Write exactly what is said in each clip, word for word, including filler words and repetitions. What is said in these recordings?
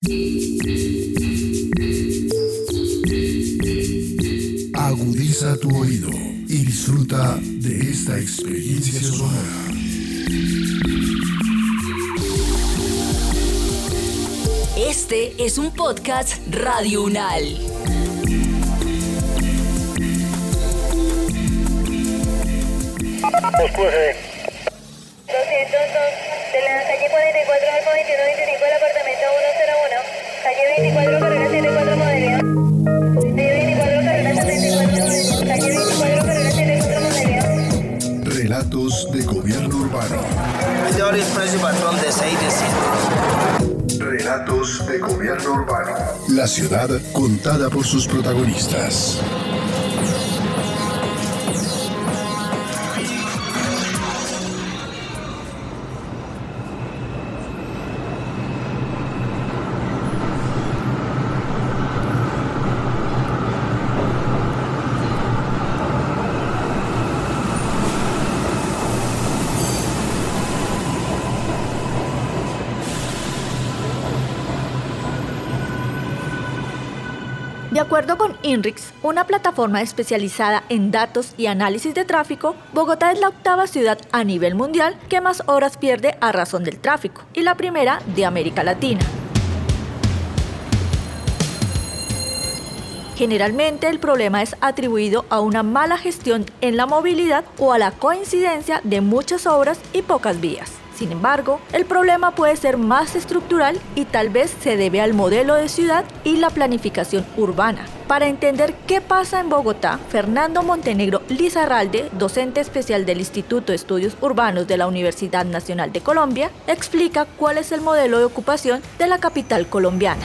Agudiza tu oído y disfruta de esta experiencia sonora. Este es un podcast Radio Unal. doscientos dos de la calle cuarenta y cuatro Alfa veintiuno veinticinco del apartamento ciento uno, calle veinticuatro, carrera setenta y cuatro modelo. Calle veinticuatro, carrera setenta y cuatro modelo. Calle veinticuatro, carrera setenta y cuatro modelo. Relatos de gobierno urbano. Relatos de gobierno urbano. La ciudad contada por sus protagonistas. De acuerdo con INRIX, una plataforma especializada en datos y análisis de tráfico, Bogotá es la octava ciudad a nivel mundial que más horas pierde a razón del tráfico y la primera de América Latina. Generalmente el problema es atribuido a una mala gestión en la movilidad o a la coincidencia de muchas obras y pocas vías. Sin embargo, el problema puede ser más estructural y tal vez se debe al modelo de ciudad y la planificación urbana. Para entender qué pasa en Bogotá, Fernando Montenegro Lizarralde, docente especial del Instituto de Estudios Urbanos de la Universidad Nacional de Colombia, explica cuál es el modelo de ocupación de la capital colombiana.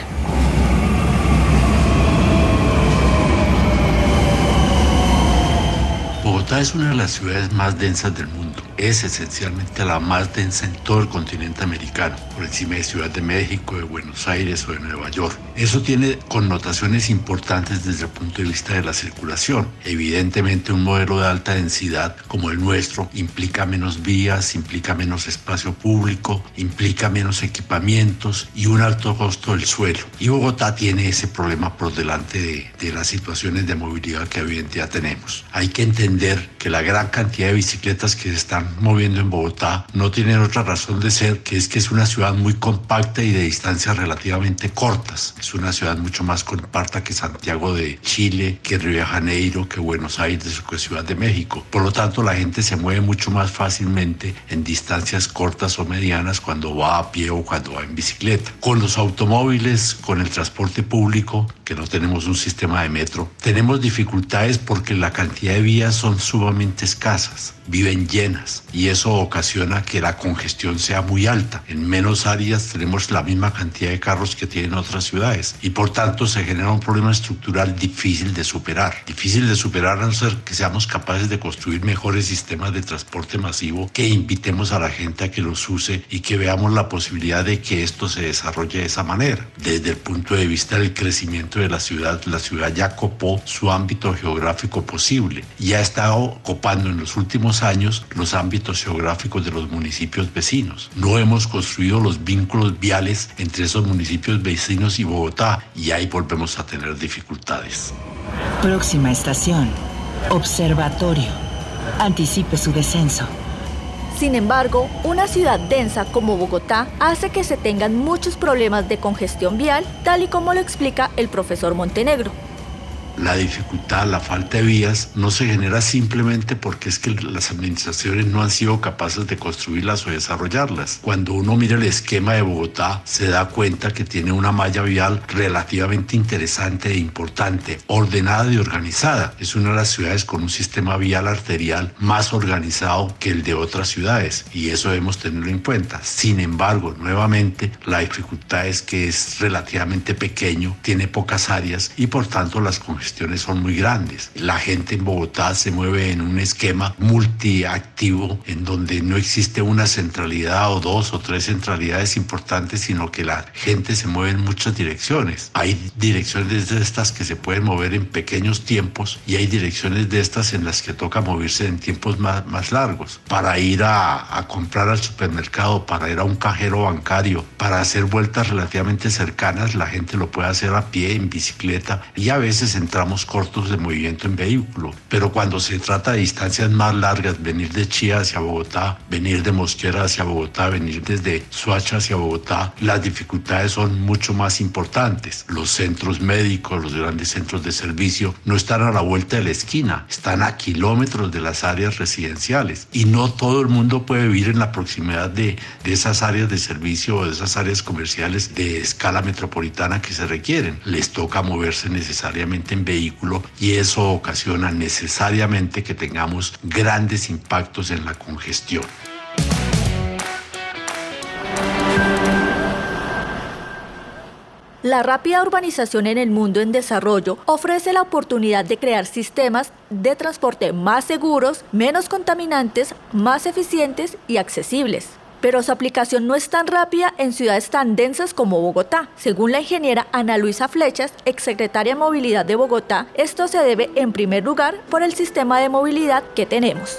Bogotá es una de las ciudades más densas del mundo. Es esencialmente la más densa en todo el continente americano, por encima de Ciudad de México, de Buenos Aires o de Nueva York. Eso tiene connotaciones importantes desde el punto de vista de la circulación. Evidentemente, un modelo de alta densidad como el nuestro implica menos vías, implica menos espacio público, implica menos equipamientos y un alto costo del suelo. Y Bogotá tiene ese problema por delante de, de las situaciones de movilidad que hoy en día tenemos. Hay que entender que la gran cantidad de bicicletas que se están moviendo en Bogotá no tienen otra razón de ser, que es que es una ciudad muy compacta y de distancias relativamente cortas. Es una ciudad mucho más compacta que Santiago de Chile, que Río de Janeiro, que Buenos Aires o que Ciudad de México. Por lo tanto, la gente se mueve mucho más fácilmente en distancias cortas o medianas cuando va a pie o cuando va en bicicleta. Con los automóviles, con el transporte público, que no tenemos un sistema de metro, tenemos dificultades porque la cantidad de vías son sumamente escasas, viven llenas y eso ocasiona que la congestión sea muy alta. En menos áreas tenemos la misma cantidad de carros que tienen otras ciudades y por tanto se genera un problema estructural difícil de superar. Difícil de superar a no ser que seamos capaces de construir mejores sistemas de transporte masivo, que invitemos a la gente a que los use y que veamos la posibilidad de que esto se desarrolle de esa manera. Desde el punto de vista del crecimiento de la ciudad, la ciudad ya copó su ámbito geográfico posible y ha estado copando en los últimos años los ámbitos geográficos de los municipios vecinos. No hemos construido los vínculos viales entre esos municipios vecinos y Bogotá y ahí volvemos a tener dificultades. Próxima estación, Observatorio. Anticipe su descenso. Sin embargo, una ciudad densa como Bogotá hace que se tengan muchos problemas de congestión vial, tal y como lo explica el profesor Montenegro. La dificultad, la falta de vías no se genera simplemente porque es que las administraciones no han sido capaces de construirlas o desarrollarlas. Cuando uno mira el esquema de Bogotá, se da cuenta que tiene una malla vial relativamente interesante e importante, ordenada y organizada. Es una de las ciudades con un sistema vial arterial más organizado que el de otras ciudades y eso debemos tenerlo en cuenta. Sin embargo, nuevamente, la dificultad es que es relativamente pequeño, tiene pocas áreas y por tanto las congestiones congestiones son muy grandes. La gente en Bogotá se mueve en un esquema multiactivo en donde no existe una centralidad o dos o tres centralidades importantes, sino que la gente se mueve en muchas direcciones. Hay direcciones de estas que se pueden mover en pequeños tiempos y hay direcciones de estas en las que toca moverse en tiempos más, más largos. Para ir a, a comprar al supermercado, para ir a un cajero bancario, para hacer vueltas relativamente cercanas, la gente lo puede hacer a pie, en bicicleta, y a veces entramos cortos de movimiento en vehículo. Pero cuando se trata de distancias más largas, venir de Chía hacia Bogotá, venir de Mosquera hacia Bogotá, venir desde Soacha hacia Bogotá, las dificultades son mucho más importantes. Los centros médicos, los grandes centros de servicio no están a la vuelta de la esquina, están a kilómetros de las áreas residenciales y no todo el mundo puede vivir en la proximidad de, de esas áreas de servicio o de esas áreas comerciales de escala metropolitana que se requieren. Les toca moverse necesariamente en vehículo y eso ocasiona necesariamente que tengamos grandes impactos en la congestión. La rápida urbanización en el mundo en desarrollo ofrece la oportunidad de crear sistemas de transporte más seguros, menos contaminantes, más eficientes y accesibles. Pero su aplicación no es tan rápida en ciudades tan densas como Bogotá. Según la ingeniera Ana Luisa Flechas, exsecretaria de Movilidad de Bogotá, esto se debe en primer lugar por el sistema de movilidad que tenemos.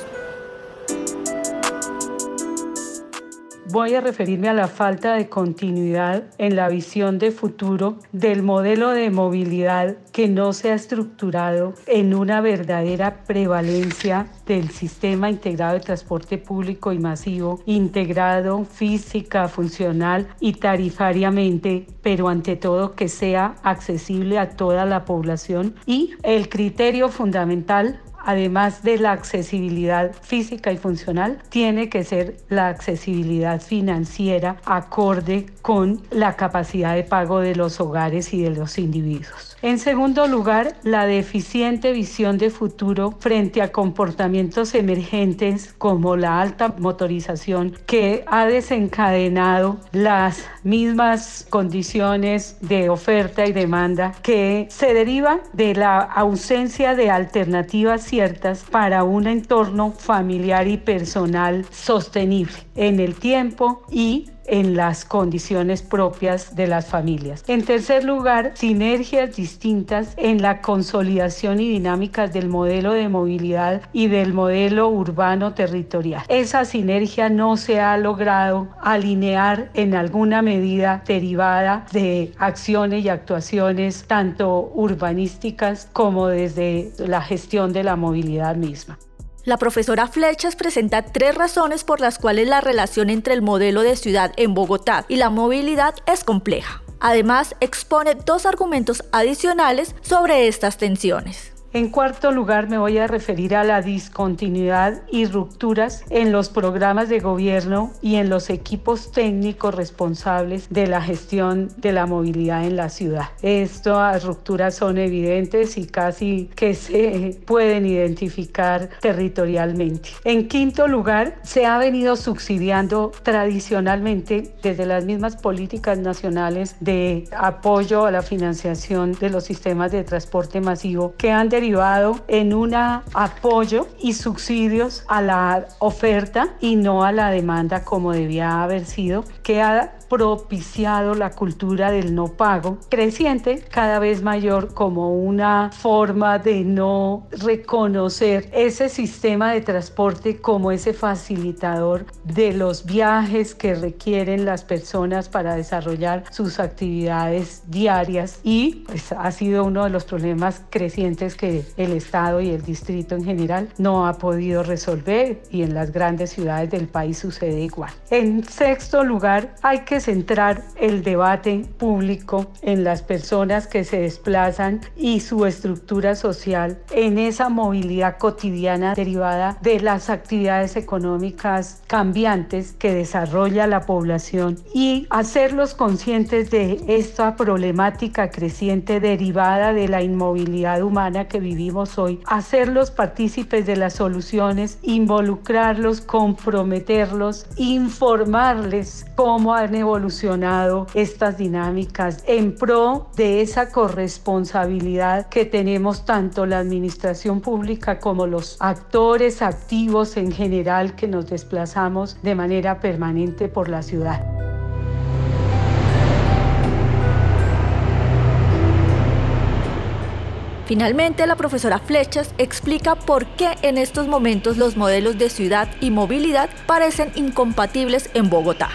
Voy a referirme a la falta de continuidad en la visión de futuro del modelo de movilidad que no se ha estructurado en una verdadera prevalencia del sistema integrado de transporte público y masivo, integrado física, funcional y tarifariamente, pero ante todo que sea accesible a toda la población. Y el criterio fundamental, además de la accesibilidad física y funcional, tiene que ser la accesibilidad financiera acorde con la capacidad de pago de los hogares y de los individuos. En segundo lugar, la deficiente visión de futuro frente a comportamientos emergentes como la alta motorización que ha desencadenado las mismas condiciones de oferta y demanda que se derivan de la ausencia de alternativas ciertas para un entorno familiar y personal sostenible en el tiempo y en las condiciones propias de las familias. En tercer lugar, sinergias distintas en la consolidación y dinámicas del modelo de movilidad y del modelo urbano territorial. Esa sinergia no se ha logrado alinear en alguna medida derivada de acciones y actuaciones tanto urbanísticas como desde la gestión de la movilidad misma. La profesora Flechas presenta tres razones por las cuales la relación entre el modelo de ciudad en Bogotá y la movilidad es compleja. Además, expone dos argumentos adicionales sobre estas tensiones. En cuarto lugar, me voy a referir a la discontinuidad y rupturas en los programas de gobierno y en los equipos técnicos responsables de la gestión de la movilidad en la ciudad. Estas rupturas son evidentes y casi que se pueden identificar territorialmente. En quinto lugar, se ha venido subsidiando tradicionalmente desde las mismas políticas nacionales de apoyo a la financiación de los sistemas de transporte masivo que han derivado en un apoyo y subsidios a la oferta y no a la demanda como debía haber sido, que ha propiciado la cultura del no pago, creciente cada vez mayor como una forma de no reconocer ese sistema de transporte como ese facilitador de los viajes que requieren las personas para desarrollar sus actividades diarias, y pues, ha sido uno de los problemas crecientes que el Estado y el distrito en general no ha podido resolver, y en las grandes ciudades del país sucede igual. En sexto lugar, hay que centrar el debate público en las personas que se desplazan y su estructura social en esa movilidad cotidiana derivada de las actividades económicas cambiantes que desarrolla la población, y hacerlos conscientes de esta problemática creciente derivada de la inmovilidad humana que vivimos hoy, hacerlos partícipes de las soluciones, involucrarlos, comprometerlos, informarles cómo han evolucionado evolucionado estas dinámicas en pro de esa corresponsabilidad que tenemos tanto la administración pública como los actores activos en general que nos desplazamos de manera permanente por la ciudad. Finalmente, la profesora Flechas explica por qué en estos momentos los modelos de ciudad y movilidad parecen incompatibles en Bogotá.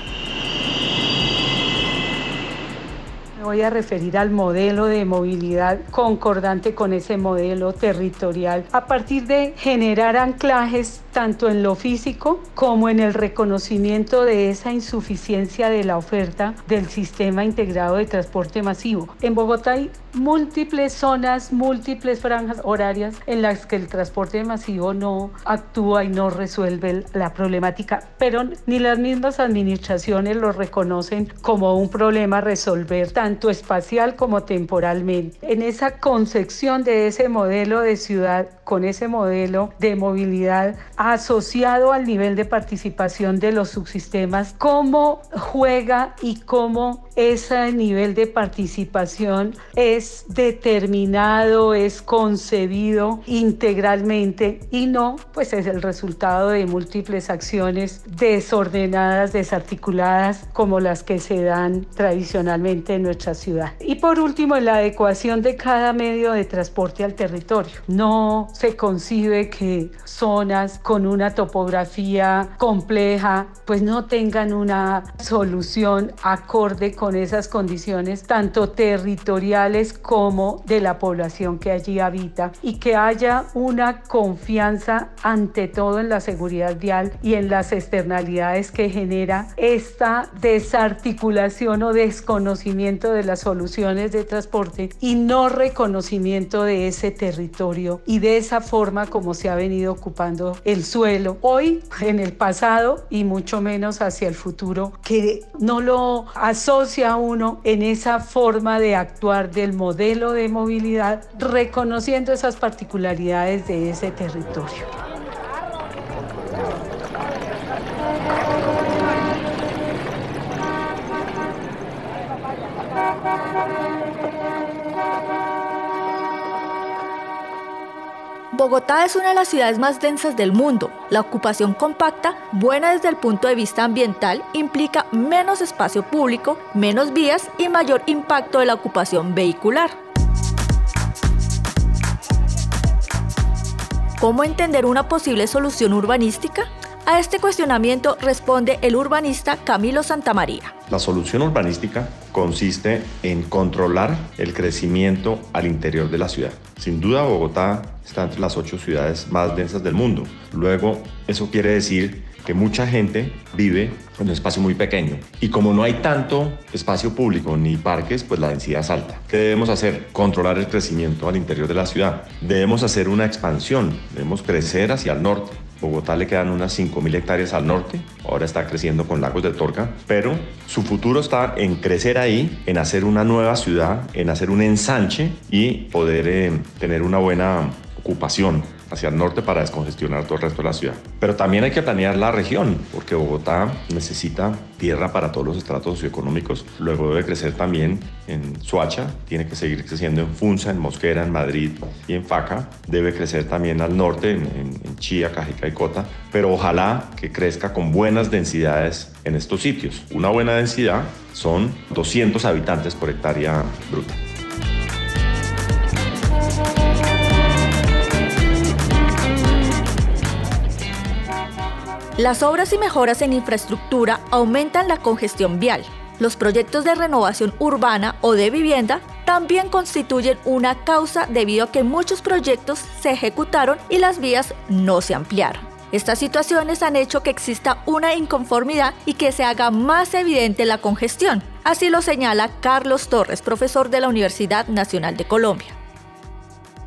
Me voy a referir al modelo de movilidad concordante con ese modelo territorial a partir de generar anclajes tanto en lo físico como en el reconocimiento de esa insuficiencia de la oferta del sistema integrado de transporte masivo. En Bogotá hay múltiples zonas, múltiples franjas horarias en las que el transporte masivo no actúa y no resuelve la problemática, pero ni las mismas administraciones lo reconocen como un problema a resolver, tanto espacial como temporalmente. En esa concepción de ese modelo de ciudad, con ese modelo de movilidad asociado al nivel de participación de los subsistemas, cómo juega y cómo ese nivel de participación es determinado, es concebido integralmente y no, pues es el resultado de múltiples acciones desordenadas, desarticuladas, como las que se dan tradicionalmente en nuestra ciudad. Y por último, en la adecuación de cada medio de transporte al territorio. No se concibe que zonas con una topografía compleja pues no tengan una solución acorde con esas condiciones tanto territoriales como de la población que allí habita, y que haya una confianza ante todo en la seguridad vial y en las externalidades que genera esta desarticulación o desconocimiento de las soluciones de transporte y no reconocimiento de ese territorio y de esa forma como se ha venido ocupando el suelo hoy, en el pasado y mucho menos hacia el futuro, que no lo asocia uno en esa forma de actuar del modelo de movilidad, reconociendo esas particularidades de ese territorio. Bogotá es una de las ciudades más densas del mundo. La ocupación compacta, buena desde el punto de vista ambiental, implica menos espacio público, menos vías y mayor impacto de la ocupación vehicular. ¿Cómo entender una posible solución urbanística? A este cuestionamiento responde el urbanista Camilo Santamaría. La solución urbanística consiste en controlar el crecimiento al interior de la ciudad. Sin duda, Bogotá está entre las ocho ciudades más densas del mundo. Luego, eso quiere decir que mucha gente vive en un espacio muy pequeño. Y como no hay tanto espacio público ni parques, pues la densidad es alta. ¿Qué debemos hacer? Controlar el crecimiento al interior de la ciudad. Debemos hacer una expansión, debemos crecer hacia el norte. Bogotá le quedan unas cinco mil hectáreas al norte, ahora está creciendo con Lagos de Torca, pero su futuro está en crecer ahí, en hacer una nueva ciudad, en hacer un ensanche y poder eh, tener una buena ocupación hacia el norte para descongestionar todo el resto de la ciudad. Pero también hay que planear la región, porque Bogotá necesita tierra para todos los estratos socioeconómicos. Luego debe crecer también en Soacha, tiene que seguir creciendo en Funza, en Mosquera, en Madrid y en Faca. Debe crecer también al norte, en, en, en Chía, Cajica y Cota. Pero ojalá que crezca con buenas densidades en estos sitios. Una buena densidad son doscientos habitantes por hectárea bruta. Las obras y mejoras en infraestructura aumentan la congestión vial. Los proyectos de renovación urbana o de vivienda también constituyen una causa debido a que muchos proyectos se ejecutaron y las vías no se ampliaron. Estas situaciones han hecho que exista una inconformidad y que se haga más evidente la congestión. Así lo señala Carlos Torres, profesor de la Universidad Nacional de Colombia.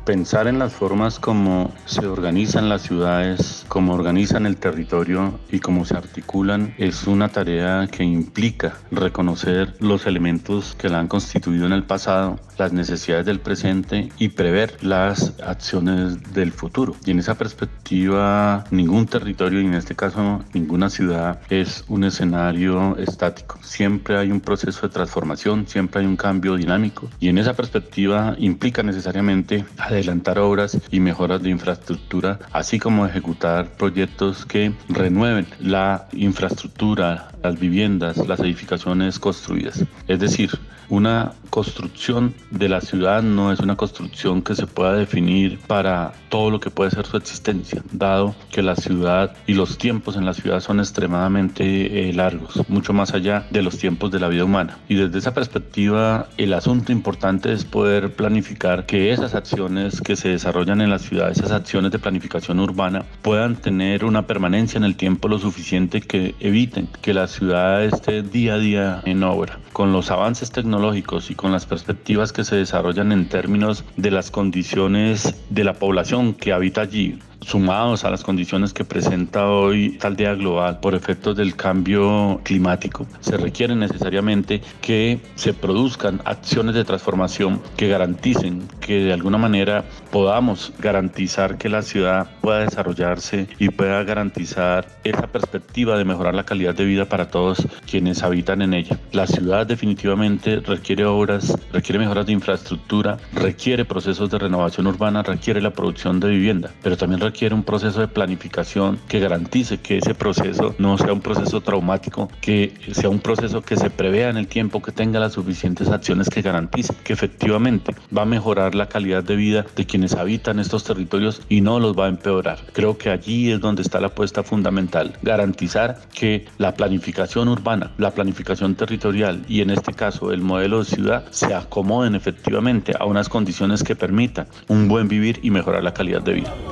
Pensar en las formas como se organizan las ciudades, cómo organizan el territorio y cómo se articulan es una tarea que implica reconocer los elementos que la han constituido en el pasado, las necesidades del presente y prever las acciones del futuro. Y en esa perspectiva, ningún territorio, y en este caso ninguna ciudad, es un escenario estático. Siempre hay un proceso de transformación, siempre hay un cambio dinámico, y en esa perspectiva implica necesariamente adelantar obras y mejoras de infraestructura, así como ejecutar proyectos que renueven la infraestructura, las viviendas, las edificaciones construidas. Es decir, una construcción de la ciudad no es una construcción que se pueda definir para todo lo que puede ser su existencia, dado que la ciudad y los tiempos en la ciudad son extremadamente eh, largos, mucho más allá de los tiempos de la vida humana. Y desde esa perspectiva, el asunto importante es poder planificar que esas acciones que se desarrollan en la ciudad, esas acciones de planificación urbana, puedan tener una permanencia en el tiempo lo suficiente que eviten que la ciudad esté día a día en obra. Con los avances tecnológicos y con las perspectivas que se desarrollan en términos de las condiciones de la población que habita allí, sumados a las condiciones que presenta hoy esta aldea global por efectos del cambio climático, se requiere necesariamente que se produzcan acciones de transformación que garanticen que de alguna manera podamos garantizar que la ciudad pueda desarrollarse y pueda garantizar esa perspectiva de mejorar la calidad de vida para todos quienes habitan en ella. La ciudad definitivamente requiere obras, requiere mejoras de infraestructura, requiere procesos de renovación urbana, requiere la producción de vivienda, pero también requiere requiere un proceso de planificación que garantice que ese proceso no sea un proceso traumático, que sea un proceso que se prevea en el tiempo, que tenga las suficientes acciones que garantice que efectivamente va a mejorar la calidad de vida de quienes habitan estos territorios y no los va a empeorar. Creo que allí es donde está la apuesta fundamental, garantizar que la planificación urbana, la planificación territorial y en este caso el modelo de ciudad se acomoden efectivamente a unas condiciones que permitan un buen vivir y mejorar la calidad de vida.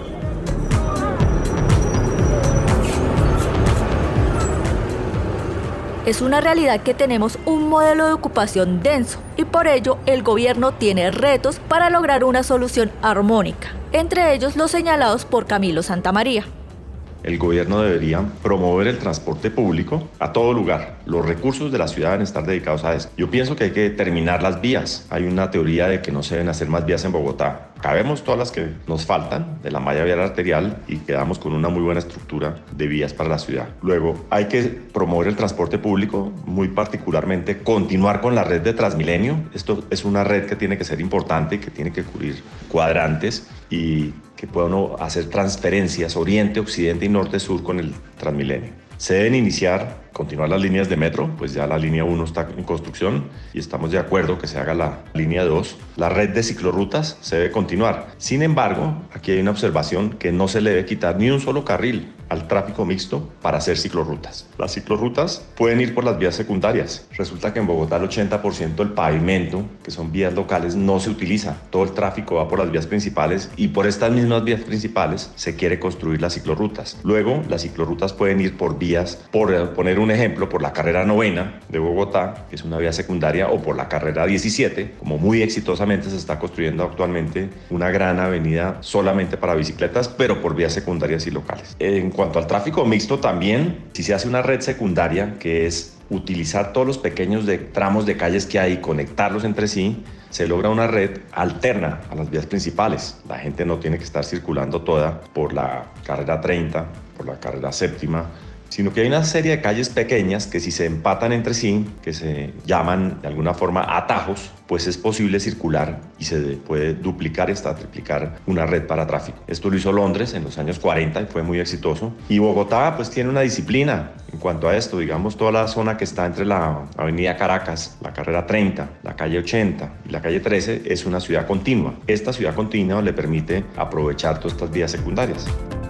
Es una realidad que tenemos un modelo de ocupación denso y por ello el gobierno tiene retos para lograr una solución armónica, entre ellos los señalados por Camilo Santamaría. El gobierno debería promover el transporte público a todo lugar. Los recursos de la ciudad deben estar dedicados a eso. Yo pienso que hay que terminar las vías. Hay una teoría de que no se deben hacer más vías en Bogotá. Cabemos todas las que nos faltan de la malla vial arterial y quedamos con una muy buena estructura de vías para la ciudad. Luego, hay que promover el transporte público, muy particularmente continuar con la red de Transmilenio. Esto es una red que tiene que ser importante y que tiene que cubrir cuadrantes y que pueda uno hacer transferencias oriente, occidente y norte-sur con el Transmilenio. Se deben iniciar, continuar las líneas de metro, pues ya la línea uno está en construcción y estamos de acuerdo que se haga la línea dos. La red de ciclorrutas se debe continuar. Sin embargo, aquí hay una observación que no se le debe quitar ni un solo carril al tráfico mixto para hacer ciclorrutas. Las ciclorrutas pueden ir por las vías secundarias. Resulta que en Bogotá el ochenta por ciento del pavimento, que son vías locales, no se utiliza. Todo el tráfico va por las vías principales y por estas mismas vías principales se quiere construir las ciclorrutas. Luego, las ciclorrutas pueden ir por vías, por poner un ejemplo, por la carrera novena de Bogotá, que es una vía secundaria, o por la carrera diecisiete, como muy exitosamente se está construyendo actualmente una gran avenida solamente para bicicletas, pero por vías secundarias y locales. En cuanto al tráfico mixto también, si se hace una red secundaria, que es utilizar todos los pequeños de, tramos de calles que hay y conectarlos entre sí, se logra una red alterna a las vías principales. La gente no tiene que estar circulando toda por la carrera treinta, por la carrera séptima, sino que hay una serie de calles pequeñas que si se empatan entre sí, que se llaman de alguna forma atajos, pues es posible circular y se puede duplicar y hasta triplicar una red para tráfico. Esto lo hizo Londres en los años cuarenta y fue muy exitoso. Y Bogotá pues tiene una disciplina en cuanto a esto, digamos toda la zona que está entre la avenida Caracas, la carrera treinta, la calle ochenta y la calle trece es una ciudad continua. Esta ciudad continua le permite aprovechar todas estas vías secundarias.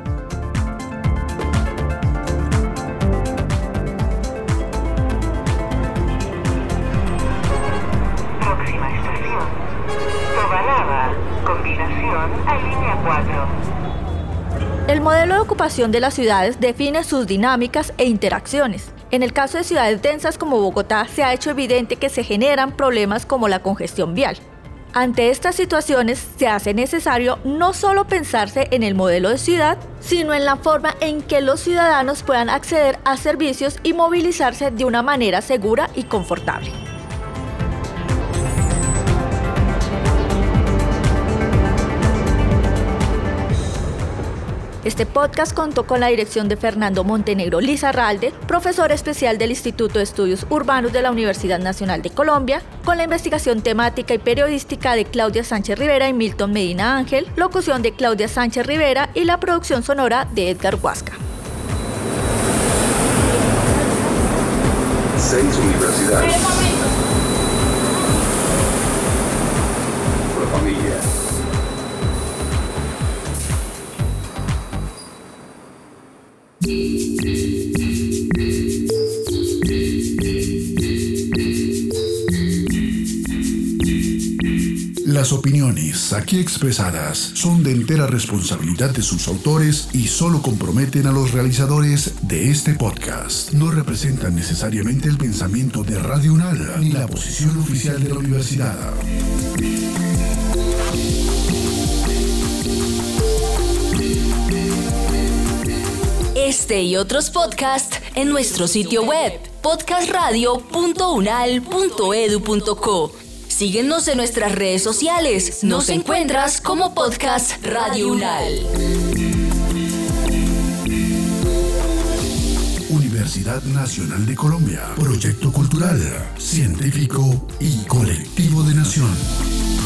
El modelo de ocupación de las ciudades define sus dinámicas e interacciones. En el caso de ciudades densas como Bogotá, se ha hecho evidente que se generan problemas como la congestión vial. Ante estas situaciones se hace necesario no solo pensarse en el modelo de ciudad, sino en la forma en que los ciudadanos puedan acceder a servicios y movilizarse de una manera segura y confortable. Este podcast contó con la dirección de Fernando Montenegro Lizarralde, profesor especial del Instituto de Estudios Urbanos de la Universidad Nacional de Colombia, con la investigación temática y periodística de Claudia Sánchez Rivera y Milton Medina Ángel, locución de Claudia Sánchez Rivera y la producción sonora de Edgar Huasca. Seis universidades. Por familia. Las opiniones aquí expresadas son de entera responsabilidad de sus autores y solo comprometen a los realizadores de este podcast. No representan necesariamente el pensamiento de Radio UNAL ni la posición oficial de la universidad. Este y otros podcasts en nuestro sitio web podcast radio punto unal punto edu punto co. Síguenos en nuestras redes sociales. Nos encuentras como Podcast Radio UNAL. Universidad Nacional de Colombia. Proyecto cultural, científico y colectivo de nación.